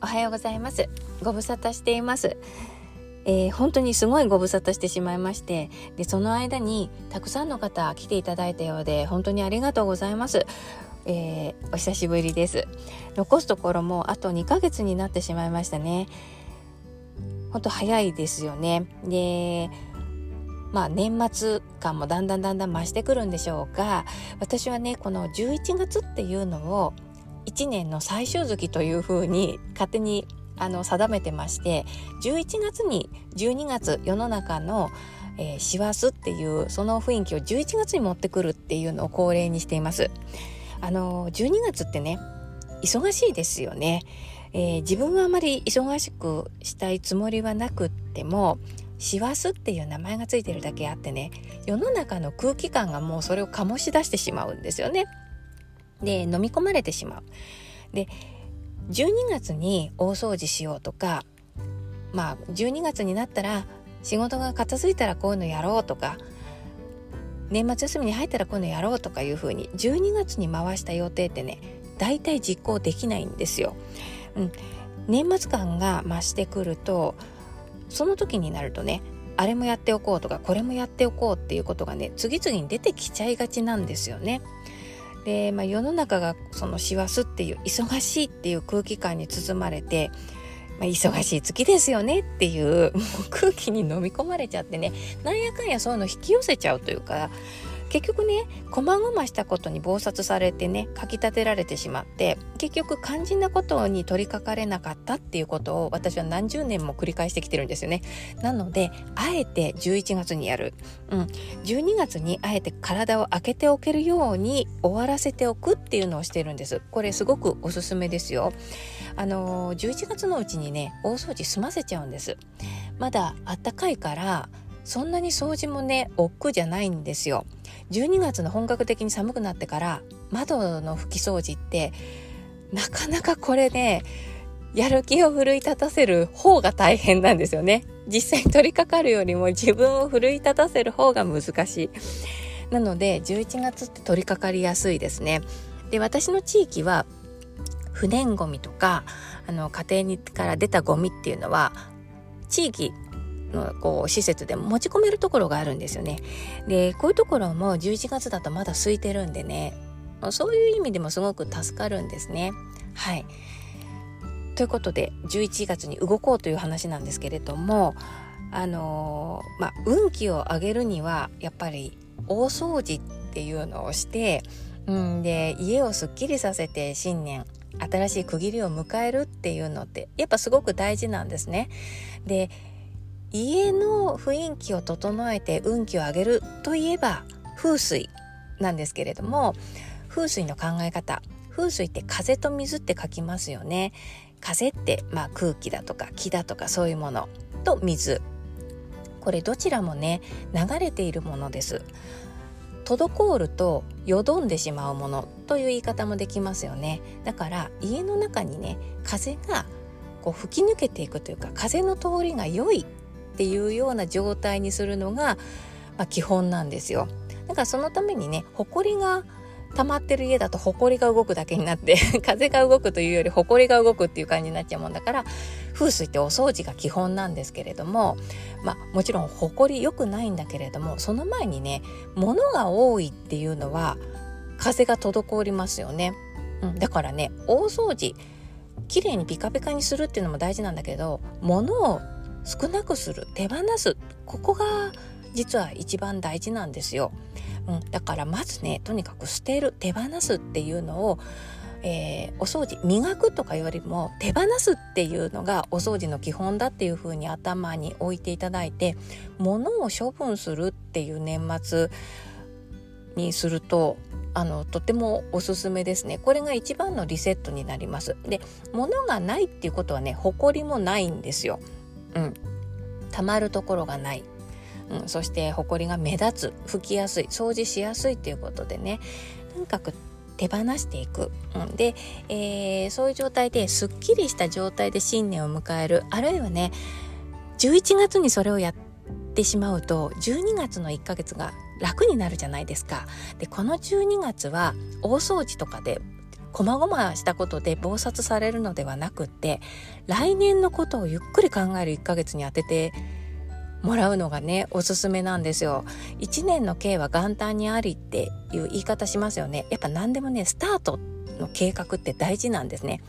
おはようございます。ご無沙汰しています。本当にすごいご無沙汰してしまいまして、でその間にたくさんの方来ていただいたようで本当にありがとうございます。お久しぶりです。残すところもあと2ヶ月になってしまいましたね。本当早いですよね。で年末感もだんだん増してくるんでしょうが、私はねこの11月っていうのを1年の最終月というふうに勝手に定めてまして、11月に12月世の中の師走っていうその雰囲気を11月に持ってくるっていうのを恒例にしています。12月ってね忙しいですよね。自分はあまり忙しくしたいつもりはなくっても、師走っていう名前がついてるだけあってね、世の中の空気感がもうそれを醸し出してしまうんですよね。で飲み込まれてしまう。で12月に大掃除しようとか、12月になったら仕事が片付いたらこういうのやろうとか、年末休みに入ったらこういうのやろうとかいう風に12月に回した予定ってね大体実行できないんですよ。年末感が増してくると、その時になるとねあれもやっておこうとかこれもやっておこうっていうことがね次々に出てきちゃいがちなんですよね。で、世の中がその師走っていう忙しいっていう空気感に包まれて、忙しい月ですよねっていうもう空気に飲み込まれちゃってね、なんやかんやそういうの引き寄せちゃうというか、結局ね細々したことに忙殺されてねかき立てられてしまって、結局肝心なことに取り掛かれなかったっていうことを私は何十年も繰り返してきてるんですよね。なのであえて11月にやる、12月にあえて体を空けておけるように終わらせておくっていうのをしてるんです。これすごくおすすめですよ。11月のうちにね大掃除済ませちゃうんです。まだあったかいからそんなに掃除もね億劫じゃないんですよ。12月の本格的に寒くなってから窓の拭き掃除ってなかなかこれねやる気を奮い立たせる方が大変なんですよね。実際に取り掛かるよりも自分を奮い立たせる方が難しい。なので11月って取り掛かりやすいですね。で私の地域は不燃ゴミとか家庭から出たゴミっていうのは地域の施設でも持ち込めるところがあるんですよね。でこういうところも11月だとまだ空いてるんでね、そういう意味でもすごく助かるんですね。はいということで11月に動こうという話なんですけれども、運気を上げるにはやっぱり大掃除っていうのをして、で家をすっきりさせて新年新しい区切りを迎えるっていうのってやっぱすごく大事なんですね。で家の雰囲気を整えて運気を上げるといえば風水なんですけれども、風水の考え方、風水って風と水って書きますよね。風って空気だとか気だとかそういうものと水、これどちらもね流れているものです。滞るとよどんでしまうものという言い方もできますよね。だから家の中にね風が吹き抜けていくというか、風の通りが良いっていうような状態にするのが、基本なんですよ。だからそのためにね埃が溜まってる家だと埃が動くだけになって風が動くというより埃が動くっていう感じになっちゃうもんだから、風水ってお掃除が基本なんですけれども、もちろん埃良くないんだけれども、その前にね物が多いっていうのは風が滞りますよね。だからね大掃除きれいにピカピカにするっていうのも大事なんだけど、物を少なくする、手放す、ここが実は一番大事なんですよ。だからまずねとにかく捨てる、手放すっていうのを、お掃除磨くとかよりも手放すっていうのがお掃除の基本だっていう風に頭に置いていただいて、物を処分するっていう年末にするととてもおすすめですね。これが一番のリセットになります。で物がないっていうことはね埃もないんですよ。溜まるところがない、そして埃が目立つ、拭きやすい、掃除しやすいということでね、とにかく手放していく、で、そういう状態ですっきりした状態で新年を迎える。あるいはね11月にそれをやってしまうと12月の1ヶ月が楽になるじゃないですか。でこの12月は大掃除とかで細々したことで忙殺されるのではなくって、来年のことをゆっくり考える1ヶ月に当ててもらうのがね、おすすめなんですよ。1年の計は元旦にありっていう言い方しますよね。やっぱ何でもね、スタートの計画って大事なんですね。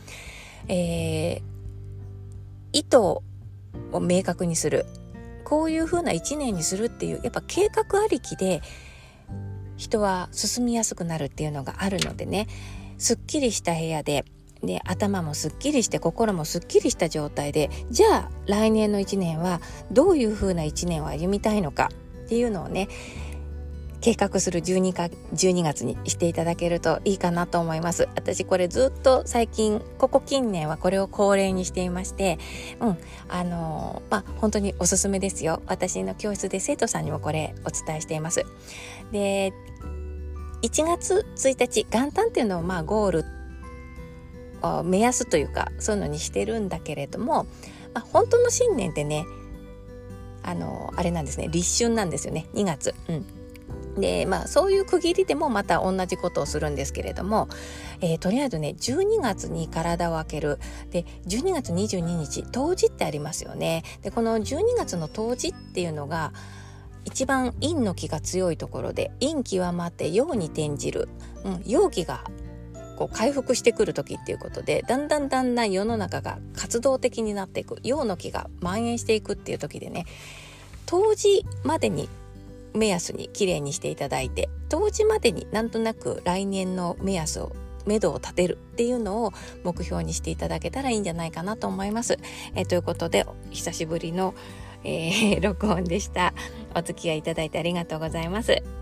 意図を明確にする、こういう風な1年にするっていう、やっぱ計画ありきで人は進みやすくなるっていうのがあるのでね、すっきりした部屋で頭もすっきりして心もすっきりした状態で、じゃあ来年の1年はどういう風な1年を歩みたいのかっていうのをね、計画する12月にしていただけるといいかなと思います。私これずっと最近、ここ近年はこれを恒例にしていまして、本当におすすめですよ。私の教室で生徒さんにもこれお伝えしています。で、1月1日元旦っていうのをゴール目安というか、そういうのにしてるんだけれども、本当の新年ってね、あれなんですね、立春なんですよね、2月。で、そういう区切りでもまた同じことをするんですけれども、とりあえずね、12月に体を開ける。で、12月22日、冬至ってありますよね。で、この12月の冬至っていうのが、一番陰の気が強いところで、陰極まって陽に転じる。陽気が回復してくる時っていうことで、だんだん世の中が活動的になっていく、陽の気が蔓延していくっていう時でね、冬至までに目安にきれいにしていただいて、冬至までになんとなく来年の目処を立てるっていうのを目標にしていただけたらいいんじゃないかなと思います。ということで、久しぶりの、録音でした。お付き合いいただいてありがとうございます。